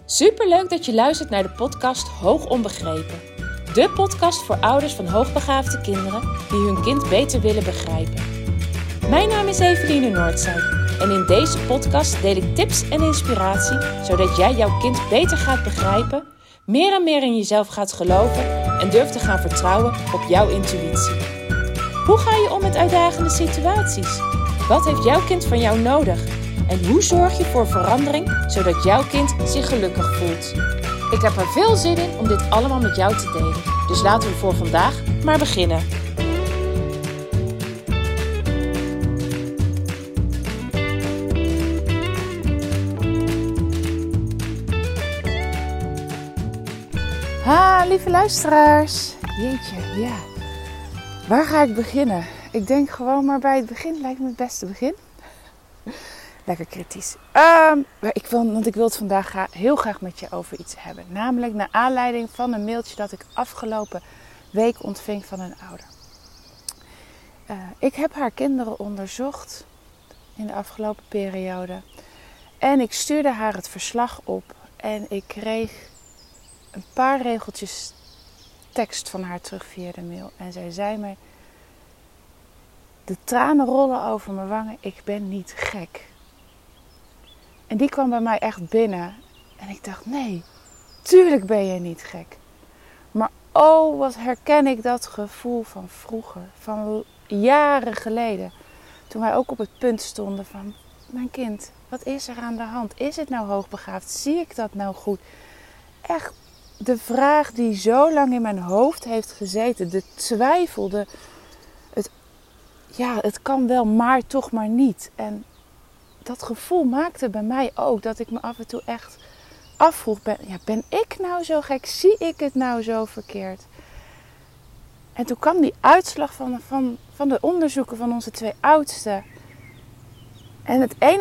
Superleuk dat je luistert naar de podcast Hoog Onbegrepen. De podcast voor ouders van hoogbegaafde kinderen die hun kind beter willen begrijpen. Mijn naam is Eveline Noordzij en in deze podcast deel ik tips en inspiratie zodat jij jouw kind beter gaat begrijpen, meer en meer in jezelf gaat geloven en durft te gaan vertrouwen op jouw intuïtie. Hoe ga je om met uitdagende situaties? Wat heeft jouw kind van jou nodig? En hoe zorg je voor verandering, zodat jouw kind zich gelukkig voelt? Ik heb er veel zin in om dit allemaal met jou te delen. Dus laten we voor vandaag maar beginnen. Lieve luisteraars. Jeetje, ja. Waar ga ik beginnen? Ik denk gewoon maar bij het begin. Lijkt me het beste begin. Lekker kritisch. Want ik wil het vandaag heel graag met je over iets hebben. Namelijk naar aanleiding van een mailtje dat ik afgelopen week ontving van een ouder. Ik heb haar kinderen onderzocht in de afgelopen periode. En ik stuurde haar het verslag op. En ik kreeg een paar regeltjes tekst van haar terug via de mail. En zij zei me: de tranen rollen over mijn wangen. Ik ben niet gek. En die kwam bij mij echt binnen. En ik dacht, nee, tuurlijk ben je niet gek. Maar oh, wat herken ik dat gevoel van vroeger. Van jaren geleden. Toen wij ook op het punt stonden van: mijn kind, wat is er aan de hand? Is het nou hoogbegaafd? Zie ik dat nou goed? Echt de vraag die zo lang in mijn hoofd heeft gezeten. De twijfel. Het kan wel, maar toch maar niet. En dat gevoel maakte bij mij ook dat ik me af en toe echt afvroeg: ben ik nou zo gek? Zie ik het nou zo verkeerd? En toen kwam die uitslag van de onderzoeken van onze twee oudsten. En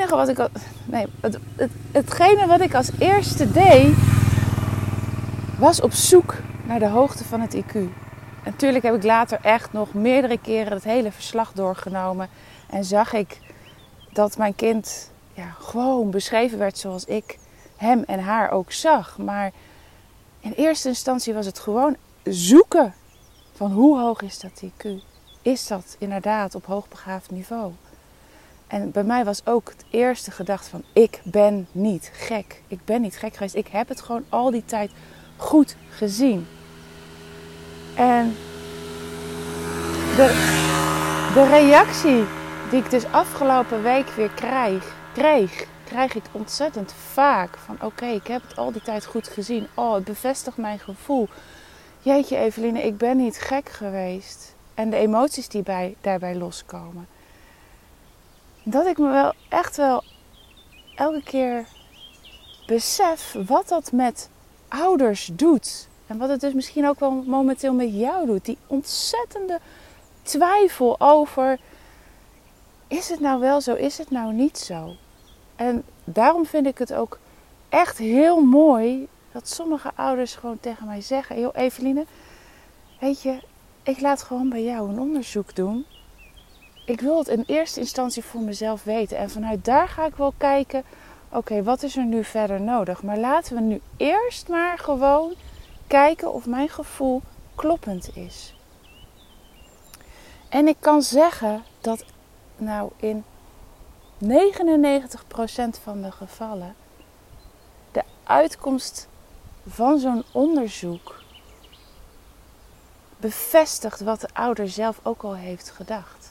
hetgene wat ik als eerste deed, was op zoek naar de hoogte van het IQ. En natuurlijk heb ik later echt nog meerdere keren het hele verslag doorgenomen. En zag ik dat mijn kind gewoon beschreven werd zoals ik hem en haar ook zag. Maar in eerste instantie was het gewoon zoeken van hoe hoog is dat IQ? Is dat inderdaad op hoogbegaafd niveau? En bij mij was ook het eerste gedachte van: ik ben niet gek. Ik ben niet gek geweest. Ik heb het gewoon al die tijd goed gezien. En de reactie die ik dus afgelopen week weer krijg ik ontzettend vaak. Van oké, ik heb het al die tijd goed gezien. Oh, het bevestigt mijn gevoel. Jeetje Eveline, ik ben niet gek geweest. En de emoties die daarbij loskomen. Dat ik me echt wel elke keer besef wat dat met ouders doet. En wat het dus misschien ook wel momenteel met jou doet. Die ontzettende twijfel over: is het nou wel zo, is het nou niet zo? En daarom vind ik het ook echt heel mooi dat sommige ouders gewoon tegen mij zeggen: joh Eveline, weet je, ik laat gewoon bij jou een onderzoek doen. Ik wil het in eerste instantie voor mezelf weten. En vanuit daar ga ik wel kijken: oké, wat is er nu verder nodig? Maar laten we nu eerst maar gewoon kijken of mijn gevoel kloppend is. En ik kan zeggen dat in 99% van de gevallen de uitkomst van zo'n onderzoek bevestigt wat de ouder zelf ook al heeft gedacht.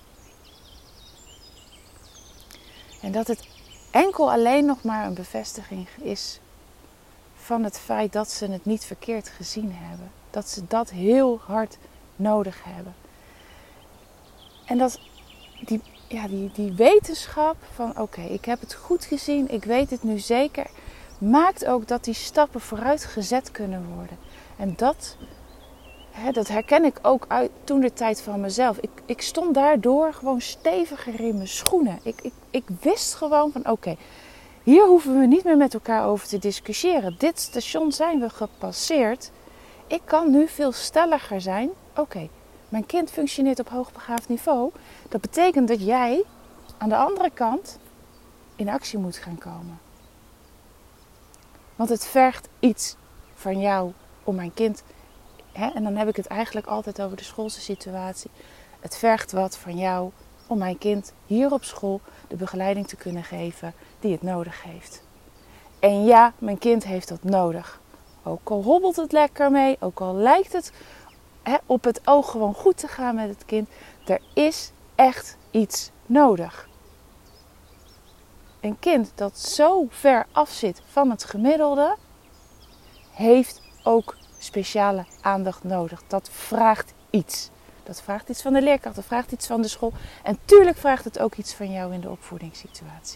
En dat het enkel alleen nog maar een bevestiging is van het feit dat ze het niet verkeerd gezien hebben. Dat ze dat heel hard nodig hebben. En dat die wetenschap van oké, ik heb het goed gezien, ik weet het nu zeker, maakt ook dat die stappen vooruit gezet kunnen worden. En dat herken ik ook uit toen de tijd van mezelf. Ik stond daardoor gewoon steviger in mijn schoenen. Ik wist gewoon van oké, hier hoeven we niet meer met elkaar over te discussiëren. Dit station zijn we gepasseerd. Ik kan nu veel stelliger zijn. Oké, mijn kind functioneert op hoogbegaafd niveau. Dat betekent dat jij aan de andere kant in actie moet gaan komen. Want het vergt iets van jou om mijn kind... En dan heb ik het eigenlijk altijd over de schoolse situatie. Het vergt wat van jou om mijn kind hier op school de begeleiding te kunnen geven die het nodig heeft. En ja, mijn kind heeft dat nodig. Ook al hobbelt het lekker mee, ook al lijkt het op het oog gewoon goed te gaan met het kind. Er is echt iets nodig. Een kind dat zo ver af zit van het gemiddelde, heeft ook speciale aandacht nodig. Dat vraagt iets. Dat vraagt iets van de leerkracht, dat vraagt iets van de school. En tuurlijk vraagt het ook iets van jou in de opvoedingssituatie.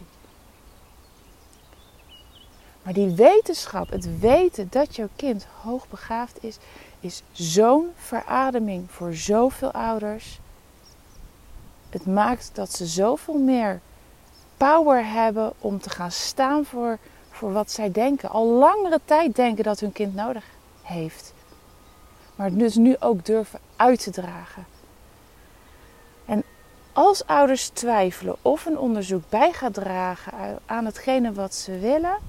Maar die wetenschap, het weten dat jouw kind hoogbegaafd is zo'n verademing voor zoveel ouders. Het maakt dat ze zoveel meer power hebben om te gaan staan voor wat zij denken. Al langere tijd denken dat hun kind nodig heeft. Maar het dus nu ook durven uit te dragen. En als ouders twijfelen of een onderzoek bij gaat dragen aan hetgene wat ze willen,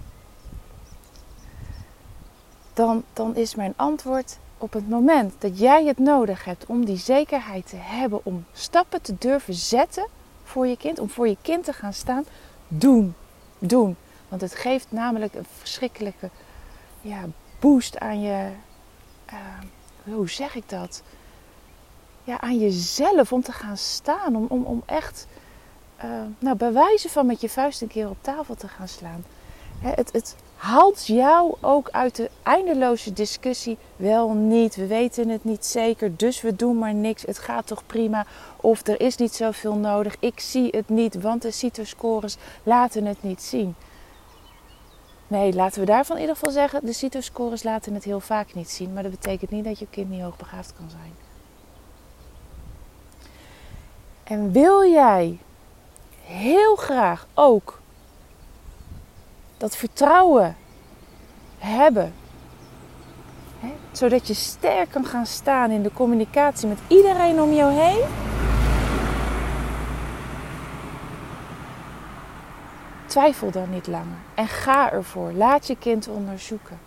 dan is mijn antwoord: op het moment dat jij het nodig hebt om die zekerheid te hebben, om stappen te durven zetten voor je kind, om voor je kind te gaan staan, doen. Want het geeft namelijk een verschrikkelijke boost aan je, hoe zeg ik dat? Ja, aan jezelf om te gaan staan, om echt bij wijze van met je vuist een keer op tafel te gaan slaan. Het haalt jou ook uit de eindeloze discussie. Wel niet, we weten het niet zeker, dus we doen maar niks. Het gaat toch prima, of er is niet zoveel nodig. Ik zie het niet, want de CITO-scores laten het niet zien. Nee, laten we daarvan in ieder geval zeggen, de CITO-scores laten het heel vaak niet zien. Maar dat betekent niet dat je kind niet hoogbegaafd kan zijn. En wil jij heel graag ook dat vertrouwen hebben, zodat je sterk kan gaan staan in de communicatie met iedereen om jou heen, twijfel dan niet langer en ga ervoor. Laat je kind onderzoeken.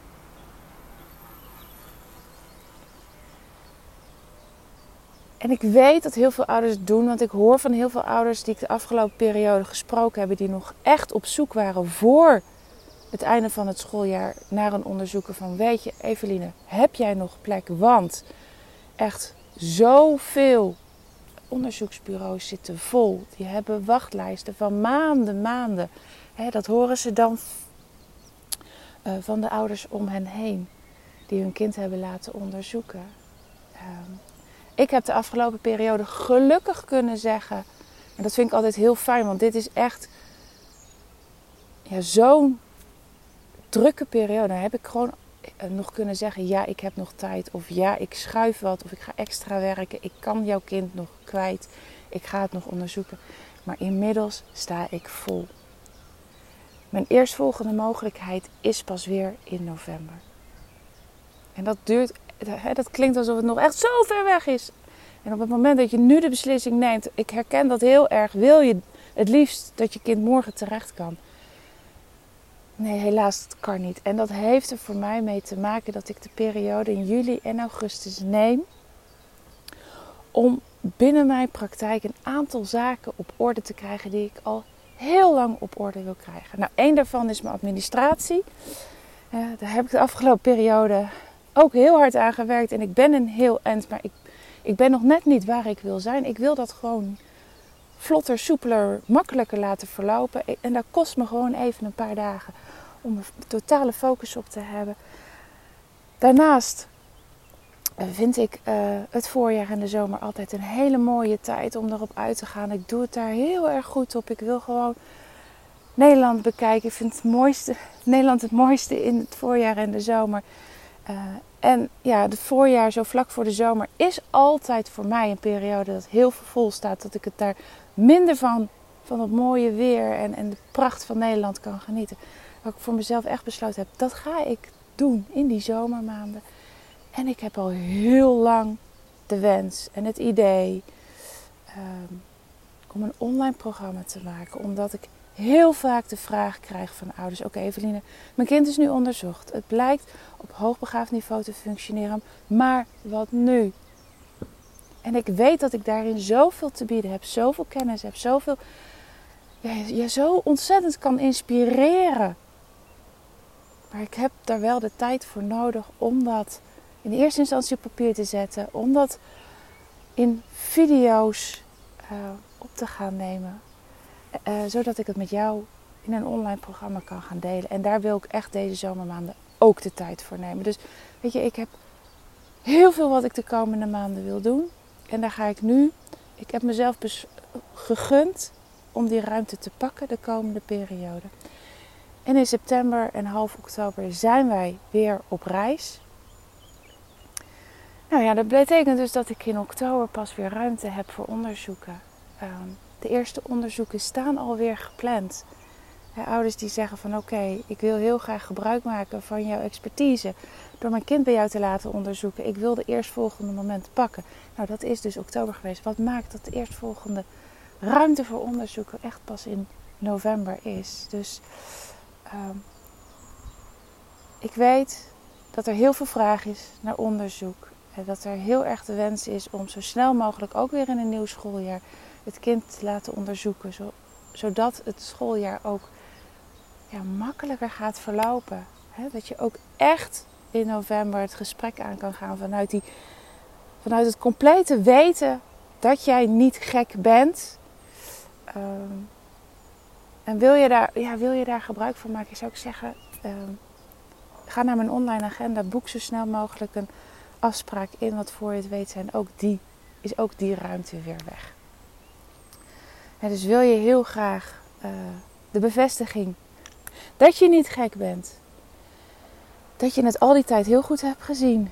En ik weet dat heel veel ouders het doen, want ik hoor van heel veel ouders die ik de afgelopen periode gesproken heb, die nog echt op zoek waren voor het einde van het schooljaar naar een onderzoeker van: weet je, Eveline, heb jij nog plek? Want echt zoveel onderzoeksbureaus zitten vol. Die hebben wachtlijsten van maanden. Dat horen ze dan van de ouders om hen heen die hun kind hebben laten onderzoeken. Ik heb de afgelopen periode gelukkig kunnen zeggen, en dat vind ik altijd heel fijn, want dit is echt zo'n drukke periode. Dan heb ik gewoon nog kunnen zeggen: ja, ik heb nog tijd. Of ja, ik schuif wat. Of ik ga extra werken. Ik kan jouw kind nog kwijt. Ik ga het nog onderzoeken. Maar inmiddels sta ik vol. Mijn eerstvolgende mogelijkheid is pas weer in november. En dat duurt, dat klinkt alsof het nog echt zo ver weg is. En op het moment dat je nu de beslissing neemt, ik herken dat heel erg, wil je het liefst dat je kind morgen terecht kan. Nee, helaas, dat kan niet. En dat heeft er voor mij mee te maken dat ik de periode in juli en augustus neem om binnen mijn praktijk een aantal zaken op orde te krijgen die ik al heel lang op orde wil krijgen. Nou, één daarvan is mijn administratie. Daar heb ik de afgelopen periode ook heel hard aan gewerkt en ik ben een heel eind, maar ik ben nog net niet waar ik wil zijn. Ik wil dat gewoon vlotter, soepeler, makkelijker laten verlopen. En dat kost me gewoon even een paar dagen om er totale focus op te hebben. Daarnaast vind ik het voorjaar en de zomer altijd een hele mooie tijd om erop uit te gaan. Ik doe het daar heel erg goed op. Ik wil gewoon Nederland bekijken. Ik vind Nederland het mooiste in het voorjaar en de zomer. En ja, het voorjaar zo vlak voor de zomer is altijd voor mij een periode dat heel veel vol staat. Dat ik het daar minder van het mooie weer en de pracht van Nederland kan genieten. Wat ik voor mezelf echt besloten heb, dat ga ik doen in die zomermaanden. En ik heb al heel lang de wens en het idee om een online programma te maken. Omdat ik heel vaak de vraag krijg van ouders. Oké, Eveline, mijn kind is nu onderzocht. Het blijkt op hoogbegaafd niveau te functioneren. Maar wat nu? En ik weet dat ik daarin zoveel te bieden heb. Zoveel kennis heb. Zoveel... je zo ontzettend kan inspireren. Maar ik heb daar wel de tijd voor nodig om dat in eerste instantie op papier te zetten. Om dat in video's op te gaan nemen. Zodat ik het met jou in een online programma kan gaan delen. En daar wil ik echt deze zomermaanden ook de tijd voor nemen. Dus weet je, ik heb heel veel wat ik de komende maanden wil doen. En daar ga ik nu. Ik heb mezelf gegund om die ruimte te pakken de komende periode. En in september en half oktober zijn wij weer op reis. Nou ja, dat betekent dus dat ik in oktober pas weer ruimte heb voor onderzoeken. De eerste onderzoeken staan alweer gepland. Ouders die zeggen van oké, ik wil heel graag gebruik maken van jouw expertise. Door mijn kind bij jou te laten onderzoeken. Ik wil de eerstvolgende moment pakken. Nou, dat is dus oktober geweest. Wat maakt dat de eerstvolgende ruimte voor onderzoeken echt pas in november is. Dus ik weet dat er heel veel vraag is naar onderzoek. En dat er heel erg de wens is om zo snel mogelijk ook weer in een nieuw schooljaar het kind te laten onderzoeken. Zodat het schooljaar ook makkelijker gaat verlopen. Dat je ook echt in november het gesprek aan kan gaan vanuit het complete weten dat jij niet gek bent. En wil je daar gebruik van maken, zou ik zeggen, ga naar mijn online agenda, boek zo snel mogelijk een afspraak in, want voor je het weet is ook die ruimte weer weg. En dus wil je heel graag de bevestiging dat je niet gek bent, dat je het al die tijd heel goed hebt gezien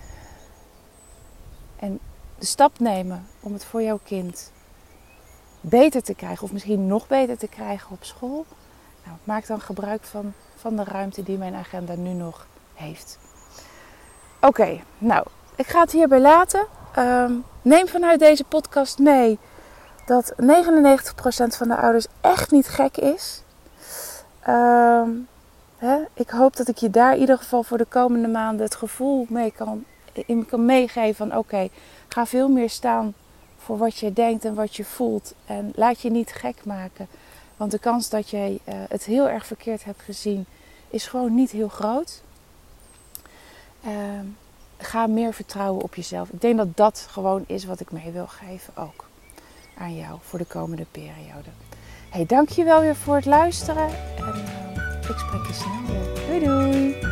en de stap nemen om het voor jouw kind beter te krijgen of misschien nog beter te krijgen op school. Nou, maak dan gebruik van de ruimte die mijn agenda nu nog heeft. Oké, nou, ik ga het hierbij laten. Neem vanuit deze podcast mee dat 99% van de ouders echt niet gek is. Ik hoop dat ik je daar in ieder geval voor de komende maanden het gevoel kan meegeven van oké, ga veel meer staan voor wat je denkt en wat je voelt. En laat je niet gek maken. Want de kans dat jij het heel erg verkeerd hebt gezien is gewoon niet heel groot. Ga meer vertrouwen op jezelf. Ik denk dat dat gewoon is wat ik mee wil geven ook aan jou voor de komende periode. Hey, dank je wel weer voor het luisteren. En ik spreek je snel weer. Doei doei!